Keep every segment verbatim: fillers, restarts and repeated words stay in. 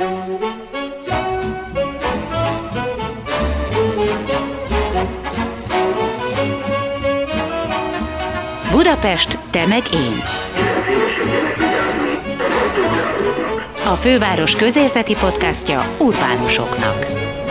Budapest, te meg én. A főváros közérzeti podcastja urbánusoknak.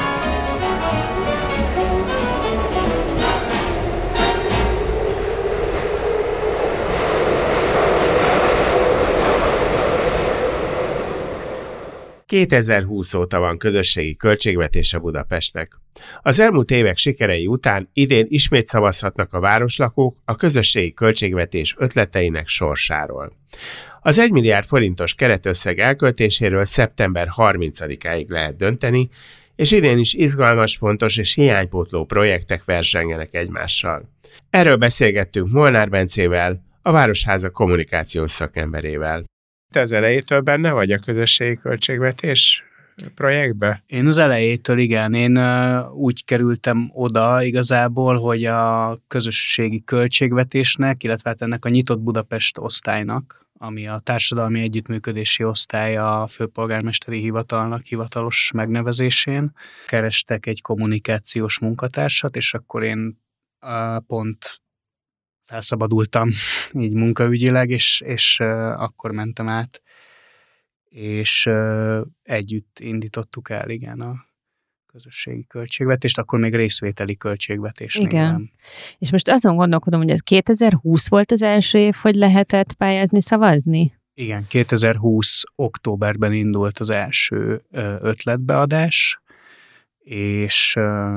kétezer-húsz óta van közösségi költségvetése Budapestnek. Az elmúlt évek sikerei után idén ismét szavazhatnak a városlakók a közösségi költségvetés ötleteinek sorsáról. Az egy milliárd forintos keretösszeg elköltéséről szeptember harmincadikáig lehet dönteni, és idén is izgalmas, fontos és hiánypótló projektek versengenek egymással. Erről beszélgettünk Molnár Bencével, a Városháza kommunikációs szakemberével. Te az elejétől benne vagy a közösségi költségvetés projektbe? Én az elejétől igen. Én uh, úgy kerültem oda igazából, hogy a közösségi költségvetésnek, illetve hát ennek a Nyitott Budapest osztálynak, ami a társadalmi együttműködési osztály a főpolgármesteri hivatalnak hivatalos megnevezésén, kerestek egy kommunikációs munkatársat, és akkor én uh, pont felszabadultam így munkaügyileg, és, és uh, akkor mentem át, és uh, együtt indítottuk el, igen, a közösségi költségvetést, akkor még részvételi költségvetés. Igen. Nem. És most azon gondolkodom, hogy ez kétezer-húsz volt az első év, hogy lehetett pályázni, szavazni? Igen, kétezer-húsz októberben indult az első uh, ötletbeadás, és uh,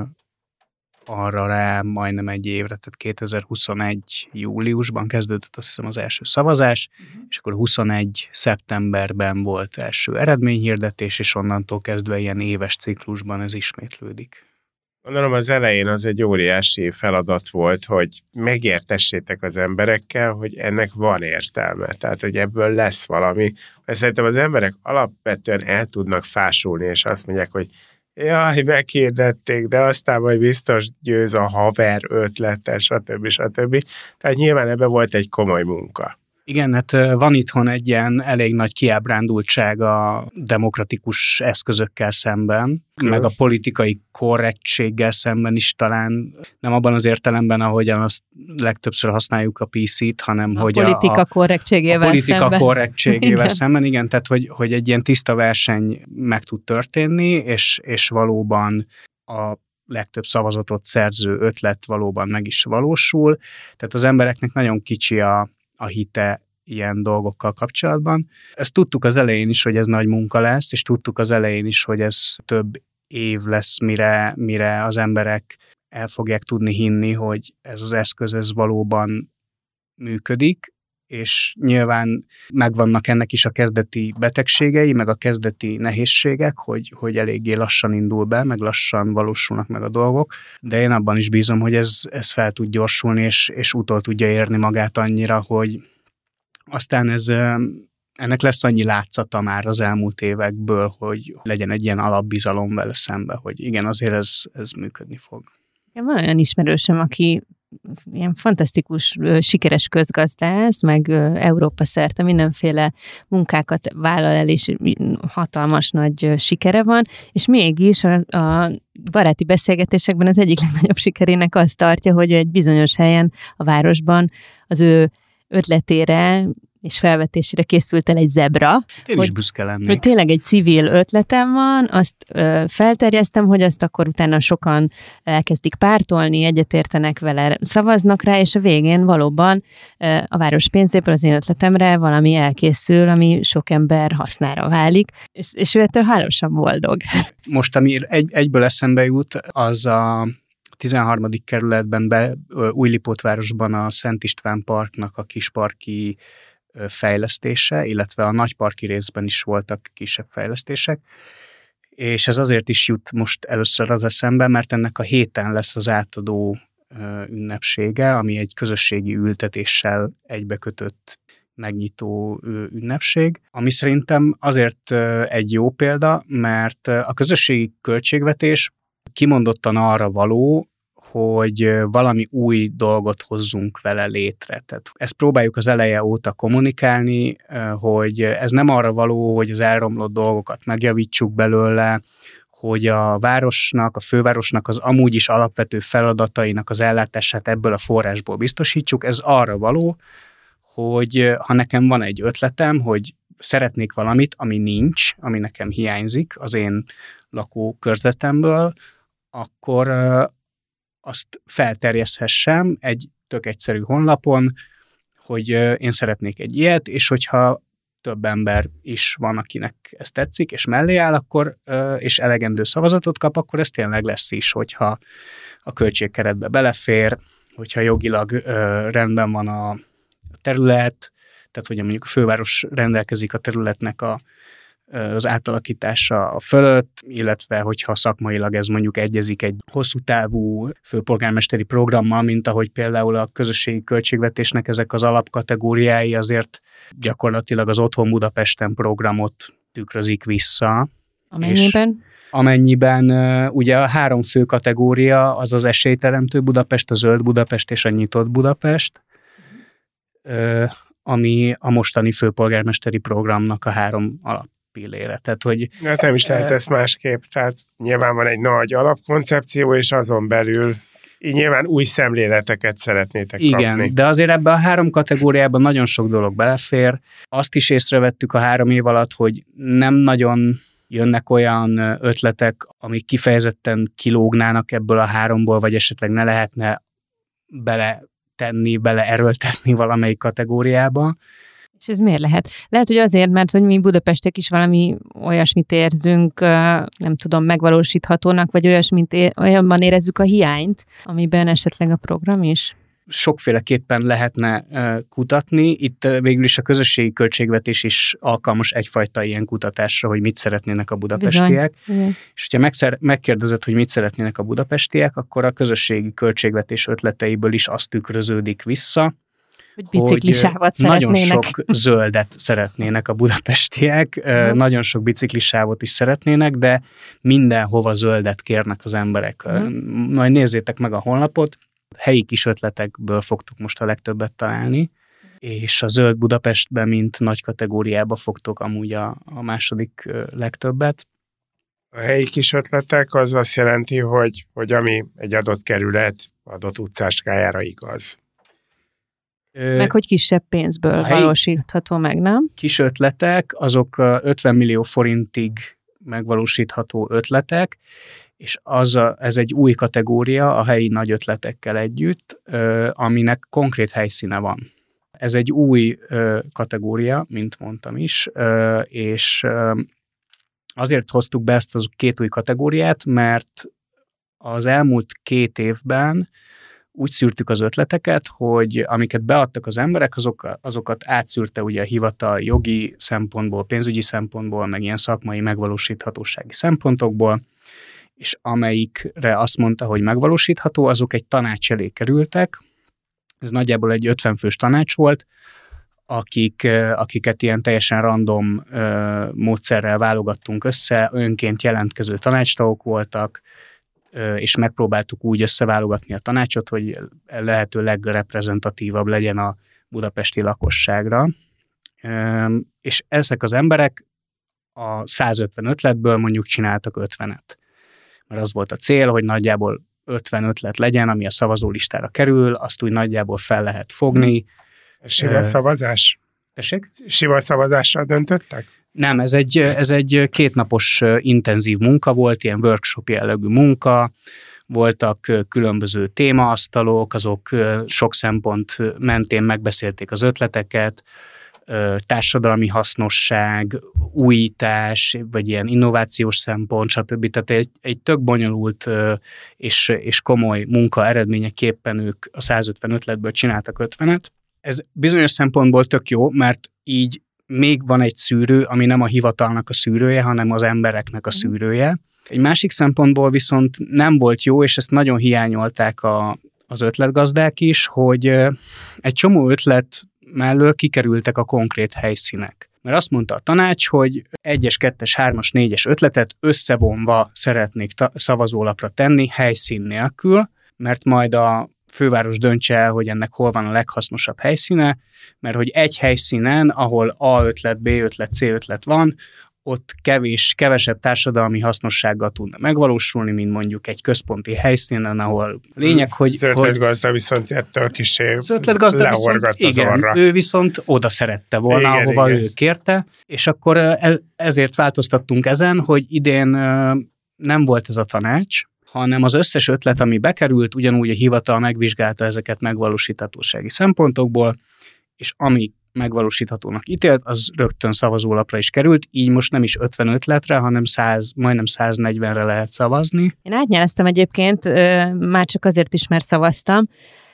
arra rá majdnem egy évre, tehát kétezer-huszonegy júliusban kezdődött azt hiszem az első szavazás, uh-huh. és akkor huszonegy szeptemberben volt első eredményhirdetés, és onnantól kezdve ilyen éves ciklusban ez ismétlődik. Gondolom az elején az egy óriási feladat volt, hogy megértessétek az emberekkel, hogy ennek van értelme, tehát hogy ebből lesz valami. Mert szerintem az emberek alapvetően el tudnak fásulni, és azt mondják, hogy jaj, meghirdették, de aztán majd biztos győz a haver ötlete, stb. stb. Tehát nyilván ebben volt egy komoly munka. Igen, hát van itthon egy ilyen elég nagy kiábrándultság a demokratikus eszközökkel szemben, Kül. meg a politikai korrektséggel szemben is talán, nem abban az értelemben, ahogyan azt legtöbbször használjuk a pé cét, hanem a hogy politika a, a korrektségével a politika szemben. korrektségével igen. szemben, igen, tehát hogy, hogy egy ilyen tiszta verseny meg tud történni, és, és valóban a legtöbb szavazatot szerző ötlet valóban meg is valósul, tehát az embereknek nagyon kicsi a a hite ilyen dolgokkal kapcsolatban. Ezt tudtuk az elején is, hogy ez nagy munka lesz, és tudtuk az elején is, hogy ez több év lesz, mire, mire az emberek el fogják tudni hinni, hogy ez az eszköz ez valóban működik, és nyilván megvannak ennek is a kezdeti betegségei, meg a kezdeti nehézségek, hogy, hogy eléggé lassan indul be, meg lassan valósulnak meg a dolgok, de én abban is bízom, hogy ez, ez fel tud gyorsulni, és, és utol tudja érni magát annyira, hogy aztán ez, ennek lesz annyi látszata már az elmúlt évekből, hogy legyen egy ilyen alapbizalom vele szembe, hogy igen, azért ez, ez működni fog. Van olyan ismerősöm, aki ilyen fantasztikus, sikeres közgazdász, meg Európa szerte mindenféle munkákat vállal el, és hatalmas nagy sikere van, és mégis a, a baráti beszélgetésekben az egyik legnagyobb sikerének azt tartja, hogy egy bizonyos helyen a városban az ő ötletére és felvetésére készült el egy zebra. Én hogy, is büszke lennék. Hogy tényleg egy civil ötletem van, azt ö, felterjesztem, hogy azt akkor utána sokan elkezdik pártolni, egyetértenek vele, szavaznak rá, és a végén valóban ö, a város pénzéből az én ötletemre valami elkészül, ami sok ember hasznára válik, és, és ő ettől hálásan boldog. Most, ami egy, egyből eszembe jut, az a tizenharmadik kerületben, be, Újlipótvárosban a Szent István Parknak a kisparki fejlesztése, illetve a nagyparki részben is voltak kisebb fejlesztések, és ez azért is jut most először az eszembe, mert ennek a héten lesz az átadó ünnepsége, ami egy közösségi ültetéssel egybekötött megnyitó ünnepség, ami szerintem azért egy jó példa, mert a közösségi költségvetés kimondottan arra való, hogy valami új dolgot hozzunk vele létre. Tehát ezt próbáljuk az eleje óta kommunikálni, hogy ez nem arra való, hogy az elromlott dolgokat megjavítsuk belőle, hogy a városnak, a fővárosnak az amúgy is alapvető feladatainak az ellátását ebből a forrásból biztosítsuk. Ez arra való, hogy ha nekem van egy ötletem, hogy szeretnék valamit, ami nincs, ami nekem hiányzik az én lakókörzetemből, akkor azt felterjeszthessem egy tök egyszerű honlapon, hogy én szeretnék egy ilyet, és hogyha több ember is van, akinek ez tetszik, és mellé áll, akkor, és elegendő szavazatot kap, akkor ez tényleg lesz is, hogyha a költségkeretbe belefér, hogyha jogilag rendben van a terület, tehát hogy mondjuk a főváros rendelkezik a területnek a, az átalakítása fölött, illetve hogyha szakmailag ez mondjuk egyezik egy hosszú távú főpolgármesteri programmal, mint ahogy például a közösségi költségvetésnek ezek az alapkategóriái azért gyakorlatilag az Otthon Budapesten programot tükrözik vissza. Amennyiben? Amennyiben ugye a három fő kategória az az esélyteremtő Budapest, a zöld Budapest és a nyitott Budapest, ami a mostani főpolgármesteri programnak a három alappillére. Tehát, hogy... Hát nem is lehet ezt másképp, tehát nyilván van egy nagy alapkoncepció, és azon belül így nyilván új szemléleteket szeretnétek igen, kapni. Igen, de azért ebben a három kategóriában nagyon sok dolog belefér. Azt is észrevettük a három év alatt, hogy nem nagyon jönnek olyan ötletek, amik kifejezetten kilógnának ebből a háromból, vagy esetleg ne lehetne bele tenni, beleerőltetni valamelyik kategóriába. És ez miért lehet? Lehet, hogy azért, mert hogy mi Budapestek is valami olyasmit érzünk, nem tudom, megvalósíthatónak, vagy olyasmit ér, olyanban érezzük a hiányt, amiben esetleg a program is? Sokféleképpen lehetne kutatni. Itt végül is a közösségi költségvetés is alkalmas egyfajta ilyen kutatásra, hogy mit szeretnének a budapestiek. Bizony. És hogyha megszer- megkérdezed, hogy mit szeretnének a budapestiek, akkor a közösségi költségvetés ötleteiből is azt tükröződik vissza, hogy biciklisávot szeretnének. Nagyon sok zöldet szeretnének a budapestiek, uh-huh. nagyon sok biciklisávot is szeretnének, de mindenhova zöldet kérnek az emberek. Uh-huh. Majd nézzétek meg a honlapot, helyi kis ötletekből fogtuk most a legtöbbet találni, és a zöld Budapestben, mint nagy kategóriába fogtok amúgy a, a második legtöbbet. A helyi kis ötletek az azt jelenti, hogy, hogy ami egy adott kerület adott utcáskájára igaz. Meg hogy kisebb pénzből valósítható meg, nem? Kis ötletek, azok ötven millió forintig megvalósítható ötletek, és az a, ez egy új kategória a helyi nagy ötletekkel együtt, aminek konkrét helyszíne van. Ez egy új kategória, mint mondtam is, és azért hoztuk be ezt a két új kategóriát, mert az elmúlt két évben úgy szűrtük az ötleteket, hogy amiket beadtak az emberek, azok, azokat átszűrte ugye a hivatal jogi szempontból, pénzügyi szempontból, meg ilyen szakmai megvalósíthatósági szempontokból, és amelyikre azt mondta, hogy megvalósítható, azok egy tanács elé kerültek. Ez nagyjából egy ötven fős tanács volt, akik, akiket ilyen teljesen random ö, módszerrel válogattunk össze, önként jelentkező tanácstagok voltak, ö, és megpróbáltuk úgy összeválogatni a tanácsot, hogy lehető legreprezentatívabb legyen a budapesti lakosságra. Ö, és ezek az emberek a százötven ötletből mondjuk csináltak ötvenet. Mert az volt a cél, hogy nagyjából ötven ötlet legyen, ami a szavazólistára kerül, azt úgy nagyjából fel lehet fogni. Sima szavazás? Tessék? Sima szavazással döntöttek? Nem, ez egy, ez egy kétnapos intenzív munka volt, ilyen workshop jellegű munka, voltak különböző témaasztalok, azok sok szempont mentén megbeszélték az ötleteket, társadalmi hasznosság, újítás, vagy ilyen innovációs szempont, stb. Tehát egy, egy tök bonyolult és, és komoly munka eredményeképpen ők a százötven ötletből csináltak ötvenet. Ez bizonyos szempontból tök jó, mert így még van egy szűrő, ami nem a hivatalnak a szűrője, hanem az embereknek a szűrője. Egy másik szempontból viszont nem volt jó, és ezt nagyon hiányolták a, az ötletgazdák is, hogy egy csomó ötlet mellől kikerültek a konkrét helyszínek. Mert azt mondta a tanács, hogy egyes, kettes, hármas, négyes ötletet összevonva szeretnék ta- szavazólapra tenni helyszín nélkül, mert majd a főváros döntse el, hogy ennek hol van a leghasznosabb helyszíne, mert hogy egy helyszínen, ahol A ötlet, B ötlet, C ötlet van, ott kevés, kevesebb társadalmi hasznossággal tudna megvalósulni, mint mondjuk egy központi helyszínen, ahol lényeg, hogy... Az ötletgazda viszont ettől kicsi az ötletgazda viszont, az igen, orra. ő viszont oda szerette volna, igen, ahova igen. ő kérte, és akkor ezért változtattunk ezen, hogy idén nem volt ez a tanács, hanem az összes ötlet, ami bekerült, ugyanúgy a hivatal megvizsgálta ezeket megvalósíthatósági szempontokból, és ami megvalósíthatónak ítélt, az rögtön szavazólapra is került, így most nem is ötven ötletre, hanem száz, majdnem száznegyvenre lehet szavazni. Én átnyeleztem egyébként, már csak azért is, mert szavaztam,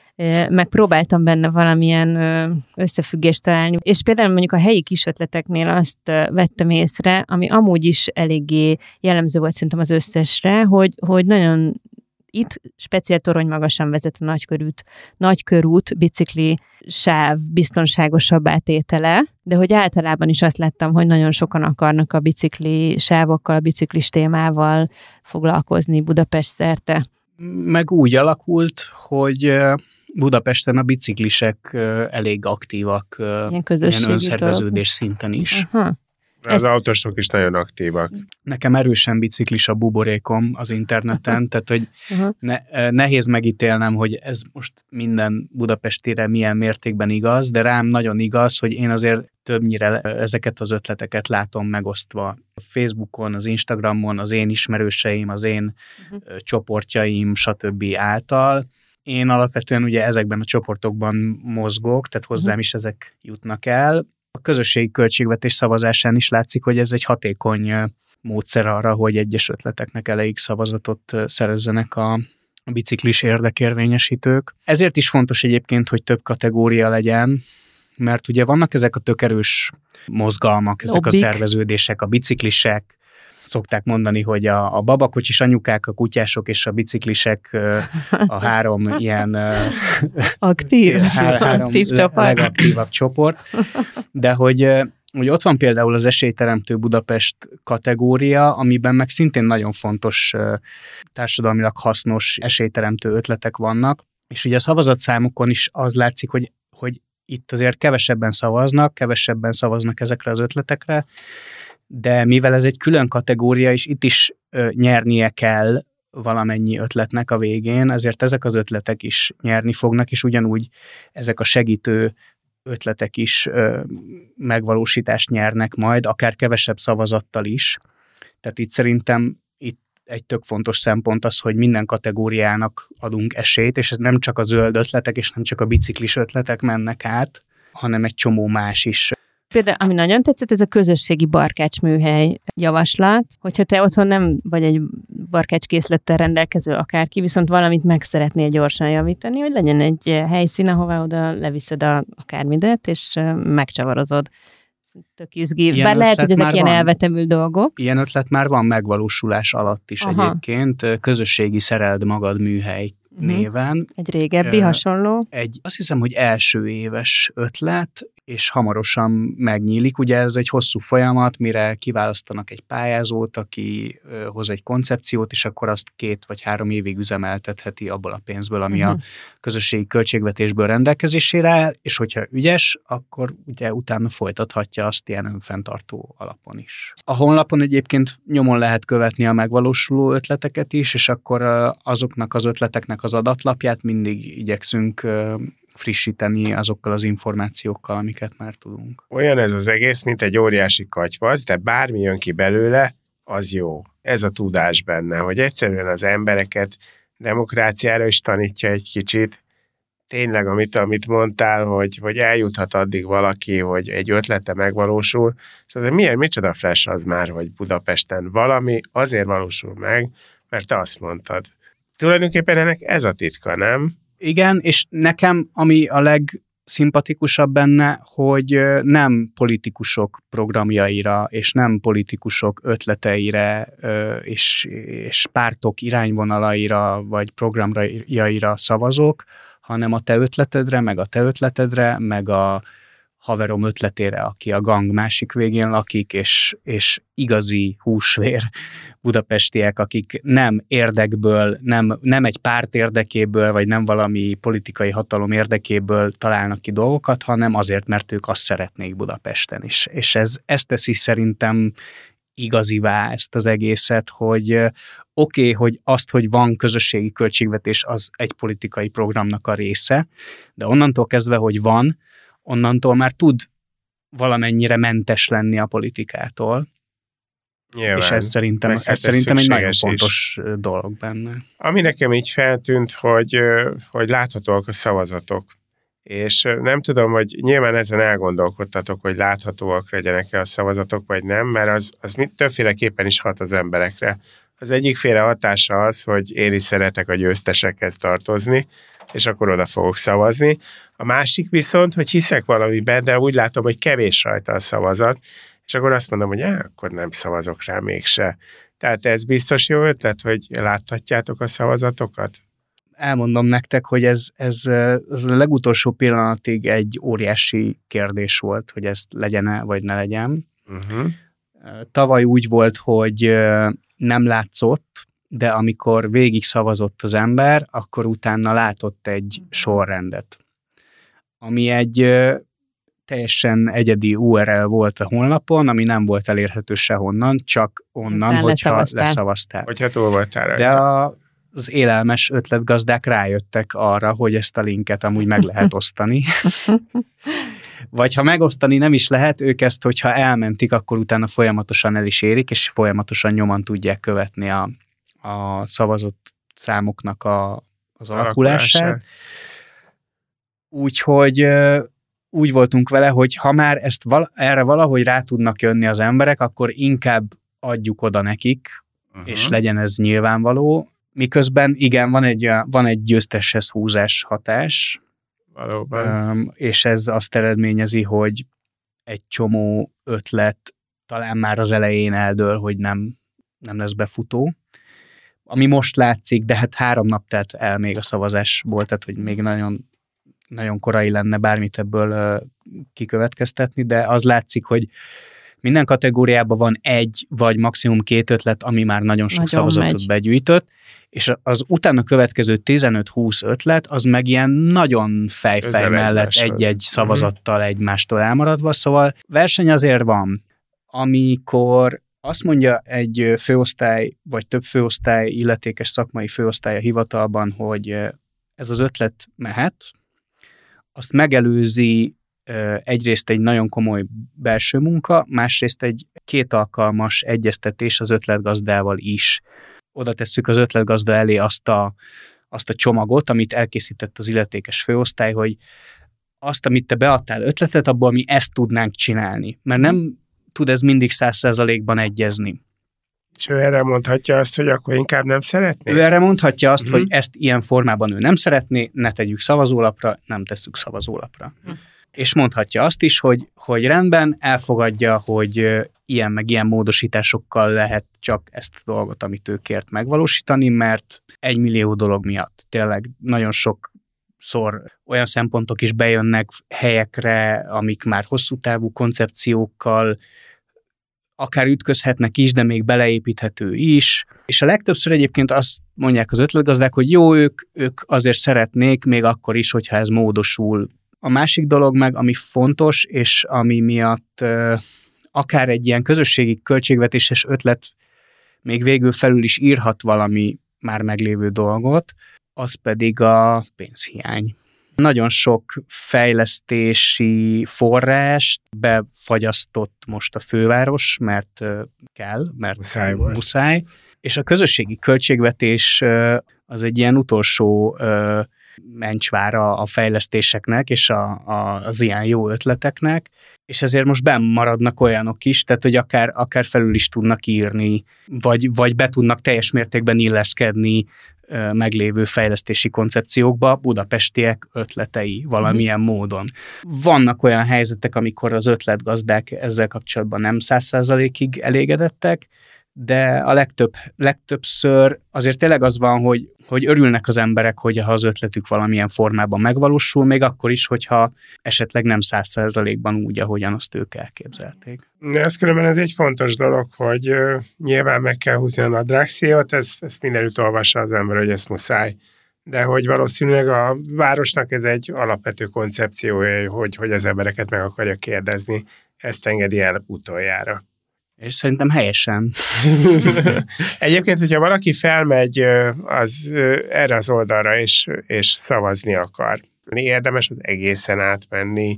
meg próbáltam benne valamilyen összefüggést találni, és például mondjuk a helyi kis ötleteknél azt vettem észre, ami amúgy is eléggé jellemző volt szerintem az összesre, hogy, hogy nagyon itt speciál torony magasan vezet a nagykörút, nagykörút bicikli sáv biztonságosabb átétele, de hogy általában is azt láttam, hogy nagyon sokan akarnak a bicikli sávokkal, a biciklis témával foglalkozni Budapest szerte. Meg úgy alakult, hogy Budapesten a biciklisek elég aktívak, ilyen, ilyen önszerveződés szinten is. Aha. Az Ezt... autósok is nagyon aktívak. Nekem erősen biciklis a buborékom az interneten, tehát hogy uh-huh. ne, nehéz megítélnem, hogy ez most minden budapestire milyen mértékben igaz, de rám nagyon igaz, hogy én azért többnyire ezeket az ötleteket látom megosztva a Facebookon, az Instagramon, az én ismerőseim, az én uh-huh. csoportjaim, stb. Által. Én alapvetően ugye ezekben a csoportokban mozgok, tehát hozzám uh-huh. is ezek jutnak el. A közösségi költségvetés szavazásán is látszik, hogy ez egy hatékony módszer arra, hogy egyes ötleteknek elég szavazatot szerezzenek a, a biciklis érdekérvényesítők. Ezért is fontos egyébként, hogy több kategória legyen, mert ugye vannak ezek a tök erős mozgalmak, ezek Lobbik. A szerveződések, a biciklisek, szokták mondani, hogy a, a babakocsis anyukák, a kutyások és a biciklisek a három ilyen aktív, há, három aktív le, csoport. legaktívabb csoport, de hogy, hogy ott van például az Esélyteremtő Budapest kategória, amiben meg szintén nagyon fontos társadalmilag hasznos esélyteremtő ötletek vannak, és ugye a szavazatszámokon is az látszik, hogy, hogy itt azért kevesebben szavaznak, kevesebben szavaznak ezekre az ötletekre, de mivel ez egy külön kategória, és itt is ö, nyernie kell valamennyi ötletnek a végén, ezért ezek az ötletek is nyerni fognak, és ugyanúgy ezek a segítő ötletek is ö, megvalósítást nyernek majd, akár kevesebb szavazattal is. Tehát itt szerintem itt egy tök fontos szempont az, hogy minden kategóriának adunk esélyt, és ez nem csak a zöld ötletek, és nem csak a biciklis ötletek mennek át, hanem egy csomó más is. Például, ami nagyon tetszett, ez a közösségi barkácsműhely javaslat, hogyha te otthon nem vagy egy barkácskészlettel rendelkező akárki, viszont valamit meg szeretnél gyorsan javítani, hogy legyen egy helyszín, ahová oda leviszed a akármidet, és megcsavarozod. Tök izgi. Ilyen Bár lehet, hogy ezek ilyen van, elvetemült dolgok. Ilyen ötlet már van megvalósulás alatt is. Aha. Egyébként. Közösségi szereld magad műhely uh-huh. néven. Egy régebbi uh, hasonló. Egy, azt hiszem, hogy első éves ötlet, és hamarosan megnyílik. Ugye ez egy hosszú folyamat, mire kiválasztanak egy pályázót, aki uh, hoz egy koncepciót, és akkor azt két vagy három évig üzemeltetheti abból a pénzből, ami uh-huh. a közösségi költségvetésből rendelkezésére áll, és hogyha ügyes, akkor ugye utána folytathatja azt ilyen önfenntartó alapon is. A honlapon egyébként nyomon lehet követni a megvalósuló ötleteket is, és akkor uh, azoknak az ötleteknek az adatlapját mindig igyekszünk uh, frissíteni azokkal az információkkal, amiket már tudunk. Olyan ez az egész, mint egy óriási katyvasz, de bármi jön ki belőle, az jó. Ez a tudás benne, hogy egyszerűen az embereket demokráciára is tanítja egy kicsit. Tényleg, amit, amit mondtál, hogy, hogy eljuthat addig valaki, hogy egy ötlete megvalósul, és azért milyen, micsoda flash az már, hogy Budapesten valami azért valósul meg, mert te azt mondtad. Tulajdonképpen ennek ez a titka, nem? Igen, és nekem, ami a legszimpatikusabb benne, hogy nem politikusok programjaira, és nem politikusok ötleteire, és, és pártok irányvonalaira, vagy programjaira szavazok, hanem a te ötletedre, meg a te ötletedre, meg a, haverom ötletére, aki a gang másik végén lakik, és, és igazi húsvér budapestiek, akik nem érdekből, nem, nem egy párt érdekéből, vagy nem valami politikai hatalom érdekéből találnak ki dolgokat, hanem azért, mert ők azt szeretnék Budapesten is. És ez, ez teszi szerintem igazivá ezt az egészet, hogy oké, okay, hogy azt, hogy van közösségi költségvetés, az egy politikai programnak a része, de onnantól kezdve, hogy van, onnantól már tud valamennyire mentes lenni a politikától. Nyilván. És ez szerintem, ez ez szerintem egy nagyon fontos is. Dolog benne. Ami nekem így feltűnt, hogy, hogy láthatóak a szavazatok. És nem tudom, hogy nyilván ezen elgondolkodtatok, hogy láthatóak legyenek-e a szavazatok, vagy nem, mert az, az többféleképpen is hat az emberekre. Az egyikféle hatása az, hogy én is szeretek a győztesekhez tartozni, és akkor oda fogok szavazni. A másik viszont, hogy hiszek valamiben, de úgy látom, hogy kevés rajta a szavazat, és akkor azt mondom, hogy á, akkor nem szavazok rá mégse. Tehát ez biztos jó ötlet, hogy láthatjátok a szavazatokat? Elmondom nektek, hogy ez, ez, ez a legutolsó pillanatig egy óriási kérdés volt, hogy ezt legyen-e, vagy ne legyen. Uh-huh. Tavaly úgy volt, hogy nem látszott, de amikor végig szavazott az ember, akkor utána látott egy sorrendet, ami egy teljesen egyedi u er el volt a honlapon, ami nem volt elérhető sehonnan, csak onnan, Utána hogyha leszavaztál. leszavaztál. Hogyha túl voltál rajta. De a, az élelmes ötletgazdák rájöttek arra, hogy ezt a linket amúgy meg lehet osztani. Vagy ha megosztani nem is lehet, ők ezt, hogyha elmentik, akkor utána folyamatosan el is érik, és folyamatosan nyoman tudják követni a, a szavazott számoknak a, az alakulását. Úgyhogy úgy voltunk vele, hogy ha már ezt val- erre valahogy rá tudnak jönni az emberek, akkor inkább adjuk oda nekik, uh-huh. és legyen ez nyilvánvaló. Miközben igen, van egy, van egy győzteshez húzás hatás, valóban. És ez azt eredményezi, hogy egy csomó ötlet talán már az elején eldől, hogy nem, nem lesz befutó. Ami most látszik, de hát három nap telt el még a szavazásból, tehát hogy még nagyon, nagyon korai lenne bármit ebből kikövetkeztetni, de az látszik, hogy minden kategóriában van egy vagy maximum két ötlet, ami már nagyon sok nagyon szavazatot megy. Begyűjtött, és az utána következő tizenöt-húsz ötlet, az meg ilyen nagyon fejfej mellett egy-egy szavazattal egymástól elmaradva, szóval verseny azért van. Amikor azt mondja egy főosztály, vagy több főosztály, illetékes szakmai főosztály a hivatalban, hogy ez az ötlet mehet, azt megelőzi egyrészt egy nagyon komoly belső munka, másrészt egy két alkalmas egyeztetés az ötletgazdával is. Oda tesszük az ötletgazda elé azt a, azt a csomagot, amit elkészített az illetékes főosztály, hogy azt, amit te beadtál ötletet, abból mi ezt tudnánk csinálni. Mert nem tud ez mindig száz százalékban egyezni. És ő erre mondhatja azt, hogy akkor inkább nem szeretné? Ő erre mondhatja azt, uh-huh. hogy ezt ilyen formában ő nem szeretné, ne tegyük szavazólapra, nem tesszük szavazólapra. Uh-huh. És mondhatja azt is, hogy, hogy rendben, elfogadja, hogy ilyen meg ilyen módosításokkal lehet csak ezt a dolgot, amit ő kért megvalósítani, mert egy millió dolog miatt. Tényleg nagyon sokszor olyan szempontok is bejönnek helyekre, amik már hosszú távú koncepciókkal akár ütközhetnek is, de még beleépíthető is. És a legtöbbször egyébként azt mondják az ötletgazdák, hogy jó, ők, ők azért szeretnék, még akkor is, hogyha ez módosul. A másik dolog meg, ami fontos, és ami miatt uh, akár egy ilyen közösségi költségvetéses ötlet még végül felül is írhat valami már meglévő dolgot, az pedig a pénzhiány. Nagyon sok fejlesztési forrást befagyasztott most a főváros, mert uh, kell, mert muszáj, muszáj. És a közösségi költségvetés uh, az egy ilyen utolsó uh, mencsvára a fejlesztéseknek és a, a, az ilyen jó ötleteknek, és ezért most benn maradnak olyanok is, tehát hogy akár, akár felül is tudnak írni, vagy, vagy be tudnak teljes mértékben illeszkedni ö, meglévő fejlesztési koncepciókba budapestiek ötletei valamilyen mm. módon. Vannak olyan helyzetek, amikor az ötletgazdák ezzel kapcsolatban nem száz százalékig elégedettek, de a legtöbb, legtöbbször azért tényleg az van, hogy, hogy örülnek az emberek, hogy ha az ötletük valamilyen formában megvalósul, még akkor is, hogyha esetleg nem száz százalékban úgy, ahogyan azt ők elképzelték. Ez különben ez egy fontos dolog, hogy uh, nyilván meg kell húzni a nadrágszíjat, ezt, ezt mindenütt olvassa az ember, hogy ezt muszáj. De hogy valószínűleg a városnak ez egy alapvető koncepciója, hogy, hogy az embereket meg akarja kérdezni. Ezt engedi el utoljára. És szerintem helyesen. Egyébként, hogyha valaki felmegy az, erre az oldalra, és, és szavazni akar, érdemes az egészen átmenni,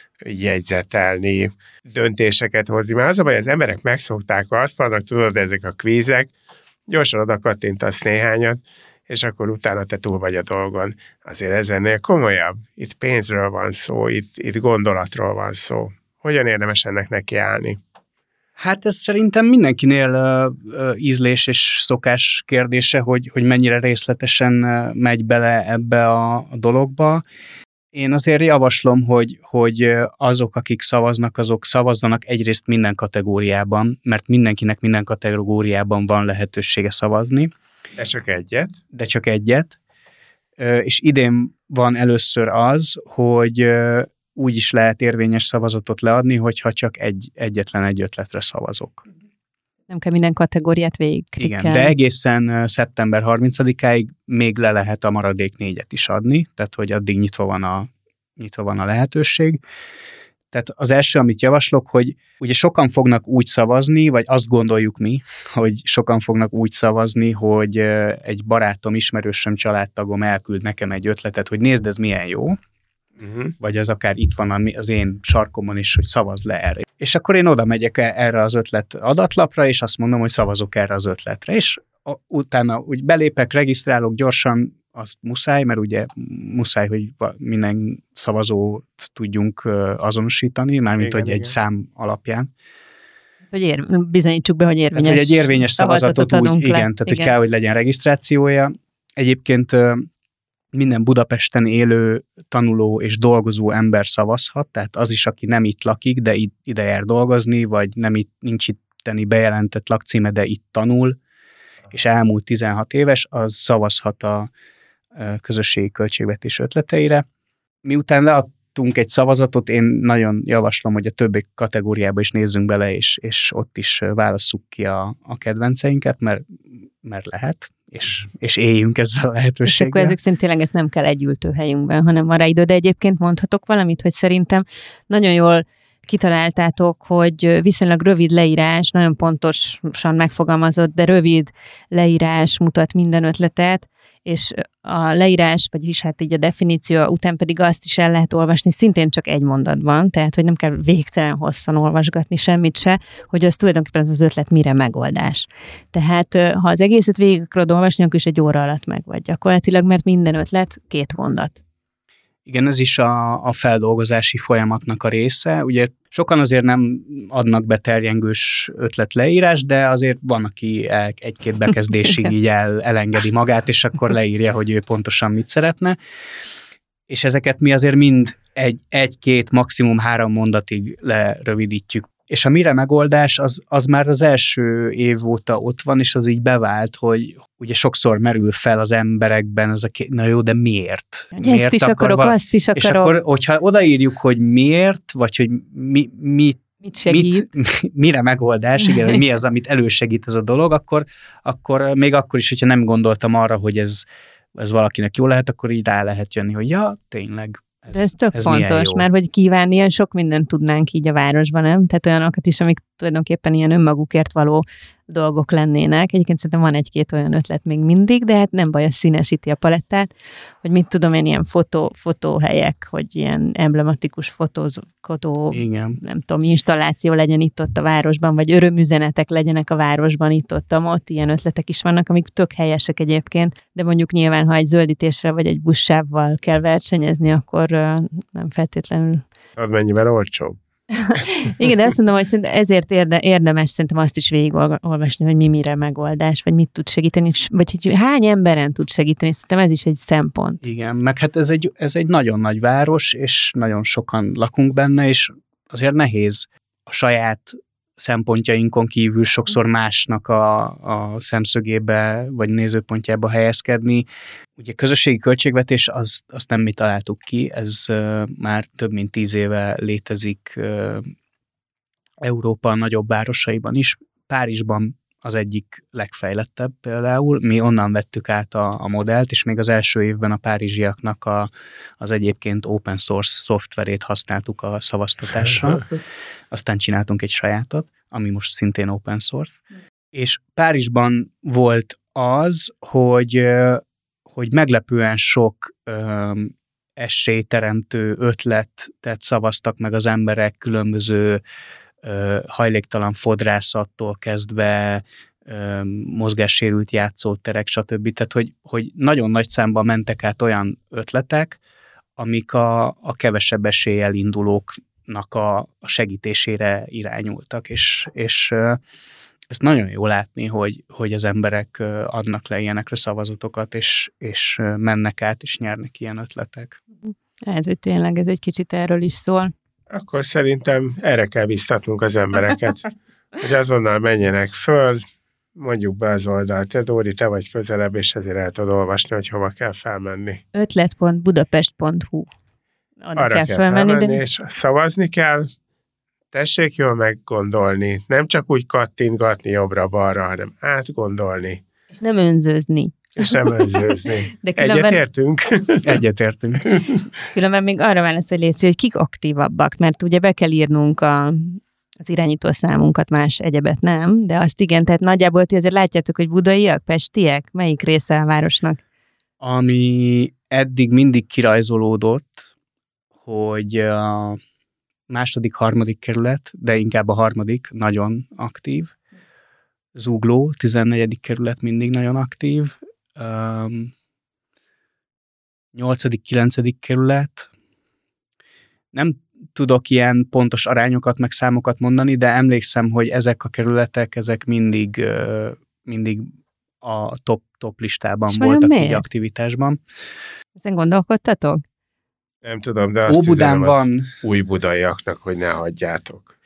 jegyzetelni, döntéseket hozni. Mert az a baj, az emberek megszokták azt, vannak, tudod, ezek a kvízek, gyorsan oda kattintasz néhányat, és akkor utána te túl vagy a dolgon. Azért ez ennél komolyabb. Itt pénzről van szó, itt, itt gondolatról van szó. Hogyan érdemes ennek nekiállni? Hát ez szerintem mindenkinél uh, uh, ízlés és szokás kérdése, hogy, hogy mennyire részletesen uh, megy bele ebbe a, a dologba. Én azért javaslom, hogy, hogy azok, akik szavaznak, azok szavazzanak egyrészt minden kategóriában, mert mindenkinek minden kategóriában van lehetősége szavazni. De csak egyet. De csak egyet. Uh, és idén van először az, hogy uh, úgy is lehet érvényes szavazatot leadni, hogyha csak egy, egyetlen egy ötletre szavazok. Nem kell minden kategóriát végigklikkelni. Igen, de egészen szeptember harmincadikáig még le lehet a maradék négyet is adni, tehát hogy addig nyitva van a, nyitva van a lehetőség. Tehát az első, amit javaslok, hogy ugye sokan fognak úgy szavazni, vagy azt gondoljuk mi, hogy sokan fognak úgy szavazni, hogy egy barátom, ismerősöm, családtagom elküld nekem egy ötletet, hogy nézd, ez milyen jó, Uh-huh. vagy az akár itt van az én sarkomon is, hogy szavazz le erre. És akkor én oda megyek erre az ötlet adatlapra, és azt mondom, hogy szavazok erre az ötletre. És utána úgy belépek, regisztrálok gyorsan, azt muszáj, mert ugye muszáj, hogy minden szavazót tudjunk azonosítani, mármint, igen, hogy igen. egy szám alapján. Hogy ér, bizonyítsuk be, hogy érvényes, hát, hogy egy érvényes szavazatot, szavazatot úgy, le. igen, tehát igen. hogy kell, hogy legyen regisztrációja. Egyébként minden Budapesten élő, tanuló és dolgozó ember szavazhat, tehát az is, aki nem itt lakik, de itt, ide jár dolgozni, vagy nem itt, nincs itteni bejelentett lakcíme, de itt tanul, és elmúlt tizenhat éves, az szavazhat a közösségi költségvetés ötleteire. Miután leadtunk egy szavazatot, én nagyon javaslom, hogy a többi kategóriába is nézzünk bele, és, és ott is válasszuk ki a, a kedvenceinket, mert, mert lehet. És, és éljünk ezzel a lehetőséggel. És akkor ezek szerint tényleg ez nem kell egy ültőhelyünkben, hanem van rá idő, de egyébként mondhatok valamit, hogy szerintem nagyon jól kitaláltátok, hogy viszonylag rövid leírás, nagyon pontosan megfogalmazott, de rövid leírás mutat minden ötletet, és a leírás, vagyis hát így a definíció után pedig azt is el lehet olvasni szintén csak egy mondatban, tehát hogy nem kell végtelen hosszan olvasgatni semmit se, hogy az tulajdonképpen az az ötlet mire megoldás. Tehát ha az egészet végig akarod olvasni, akkor is egy óra alatt meg vagy gyakorlatilag, mert minden ötlet két mondat. Igen, ez is a, a feldolgozási folyamatnak a része. Ugye sokan azért nem adnak be terjengős ötletleírás, de azért van, aki egy-két bekezdésig így el, elengedi magát, és akkor leírja, hogy ő pontosan mit szeretne. És ezeket mi azért mind egy, egy-két, maximum három mondatig lerövidítjük. És a mire megoldás, az, az már az első év óta ott van, és az így bevált, hogy ugye sokszor merül fel az emberekben az a ké... na jó, de miért? miért Ezt is akarok, val... azt is akarok. És akkor, hogyha odaírjuk, hogy miért, vagy hogy mi, mi, mit segít, mit, mire megoldás, igen, hogy mi az, amit elősegít ez a dolog, akkor, akkor még akkor is, hogyha nem gondoltam arra, hogy ez, ez valakinek jó lehet, akkor így rá lehet jönni, hogy ja, tényleg. Ez, De ez tök ez fontos, mert hogy kívánni ilyen sok mindent tudnánk így a városban, nem? Tehát olyanokat is, amik tulajdonképpen ilyen önmagukért való dolgok lennének. Egyébként szerintem van egy-két olyan ötlet még mindig, de hát nem baj, az színesíti a palettát, hogy mit tudom én, ilyen fotó, fotóhelyek, hogy ilyen emblematikus fotózkodó, igen. nem tudom, installáció legyen itt-ott a városban, vagy örömüzenetek legyenek a városban itt-ott, ott ilyen ötletek is vannak, amik tök helyesek egyébként, de mondjuk nyilván, ha egy zöldítésre vagy egy buszsávval kell versenyezni, akkor uh, nem feltétlenül. Az mennyivel olcsóbb. Igen, de azt mondom, hogy ezért érde, érdemes szerintem azt is végigolvasni, hogy mi mire megoldás, vagy mit tud segíteni, vagy hogy hány emberen tud segíteni, szerintem ez is egy szempont. Igen, meg hát ez egy, ez egy nagyon nagy város, és nagyon sokan lakunk benne, és azért nehéz a saját szempontjainkon kívül sokszor másnak a, a szemszögébe vagy nézőpontjába helyezkedni. Ugye közösségi költségvetés, az, azt nem mi találtuk ki, ez uh, már több mint tíz éve létezik uh, Európa nagyobb városaiban is. Párizsban az egyik legfejlettebb például. Mi onnan vettük át a, a modellt, és még az első évben a párizsiaknak a, az egyébként open source szoftverét használtuk a szavaztatásra. Aztán csináltunk egy sajátot, ami most szintén open source. És Párizsban volt az, hogy, hogy meglepően sok um, esélyteremtő ötletet szavaztak meg az emberek, különböző uh, hajléktalan fodrászattól kezdve, um, mozgássérült játszóterek, stb. Tehát, hogy, hogy nagyon nagy számban mentek át olyan ötletek, amik a, a kevesebb eséllyel indulóknak a, a segítésére irányultak, és, és ezt nagyon jó látni, hogy, hogy az emberek adnak le ilyenekre szavazatokat, és, és mennek át, és nyernek ilyen ötletek. Hát, hogy tényleg ez egy kicsit erről is szól. Akkor szerintem erre kell biztatnunk az embereket, hogy azonnal menjenek föl, mondjuk be az oldalt. Te, Dóri, te vagy közelebb, és ezért el tudod olvasni, hogy hova kell felmenni. ötlet pont budapest pont hu Oda Arra kell, kell felmenni, felmenni, de... és szavazni kell. Tessék jól meggondolni. Nem csak úgy kattintgatni jobbra-balra, hanem átgondolni. És nem önzőzni. És nem önzőzni. De különben... Egyetértünk? Egyetértünk. Különben még arra válasz, hogy Léci, hogy kik aktívabbak, mert ugye be kell írnunk a, az irányító számunkat, más egyebet nem, de azt igen, tehát nagyjából ti azért látjátok, hogy budaiak, pestiek, melyik része a városnak? Ami eddig mindig kirajzolódott, hogy a második, harmadik kerület, de inkább a harmadik nagyon aktív. Zugló, tizennegyedik kerület mindig nagyon aktív. Um, nyolcadik, kilencedik kerület. Nem tudok ilyen pontos arányokat, meg számokat mondani, de emlékszem, hogy ezek a kerületek, ezek mindig, uh, mindig a top, top listában és voltak miért? így aktivitásban. Ezen gondolkodtatok? Nem tudom, de azt Óbudán hiszem, van. új budaiaknak, hogy ne hagyjátok.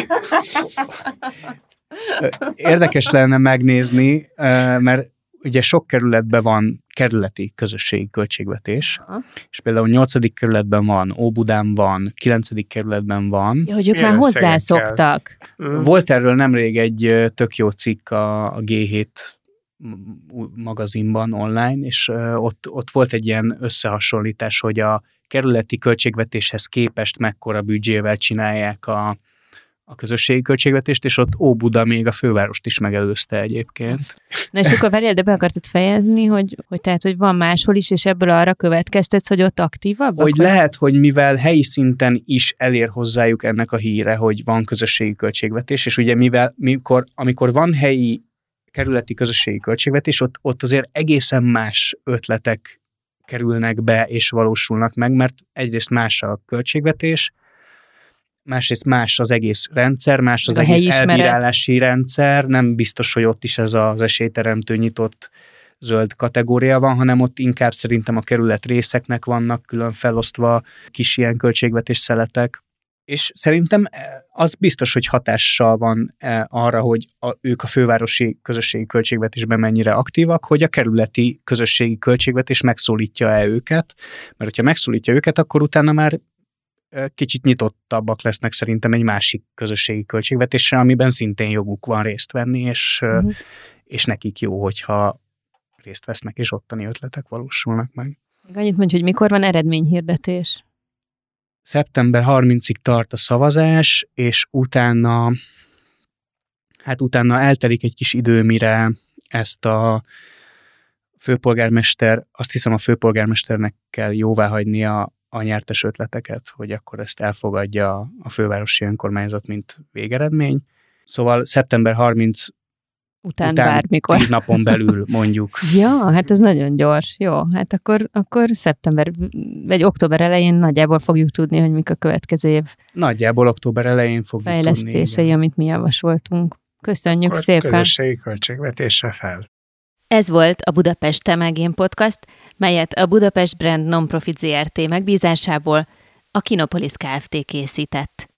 Érdekes lenne megnézni, mert ugye sok kerületben van kerületi közösségi költségvetés, Aha. és például nyolcadik kerületben van, Óbudán van, kilencedik kerületben van. Ja, hogy ők Milyen már összegekkel? hozzászoktak. Mm. Volt erről nemrég egy tök jó cikk a, a gé hét magazinban online, és ott, ott volt egy ilyen összehasonlítás, hogy a kerületi költségvetéshez képest mekkora büdzsével csinálják a, a közösségi költségvetést, és ott Óbuda még a fővárost is megelőzte egyébként. Na és akkor várjál, de be akartad fejezni, hogy, hogy tehát, hogy van máshol is, és ebből arra következtetsz, hogy ott aktívabbak? Hogy lehet, hogy mivel helyi szinten is elér hozzájuk ennek a híre, hogy van közösségi költségvetés, és ugye mivel mikor, amikor van helyi kerületi közösségi költségvetés, ott, ott azért egészen más ötletek kerülnek be és valósulnak meg, mert egyrészt más a költségvetés, másrészt más az egész rendszer, más az a egész helyismeret. elbírálási rendszer, nem biztos, hogy ott is ez az esélyteremtő nyitott zöld kategória van, hanem ott inkább szerintem a kerület részeknek vannak külön felosztva kis ilyen költségvetés szeletek. És szerintem az biztos, hogy hatással van arra, hogy a, ők a fővárosi közösségi költségvetésben mennyire aktívak, hogy a kerületi közösségi költségvetés megszólítja-e őket, mert hogyha megszólítja őket, akkor utána már kicsit nyitottabbak lesznek szerintem egy másik közösségi költségvetésre, amiben szintén joguk van részt venni, és, uh-huh. és nekik jó, hogyha részt vesznek, és ottani ötletek valósulnak meg. Még annyit mondj, hogy mikor van eredményhirdetés? szeptember harmincadikáig tart a szavazás, és utána, hát utána eltelik egy kis idő, mire ezt a főpolgármester, azt hiszem a főpolgármesternek kell jóváhagyni a, a nyertes ötleteket, hogy akkor ezt elfogadja a fővárosi önkormányzat, mint végeredmény. Szóval szeptember harmincadika Után, után bármikor. tíz napon belül mondjuk. Ja, hát ez nagyon gyors. Jó, hát akkor, akkor szeptember, vagy október elején nagyjából fogjuk tudni, hogy mik a következő év Nagyjából október elején fogjuk fejlesztései, tudni. amit mi javasoltunk. Köszönjük Akkor szépen! közösségi költségvetésre fel. Ez volt a Budapest Temelgén Podcast, melyet a Budapest Brand Nonprofit zé er té megbízásából a Kinopolis Kft. Készített.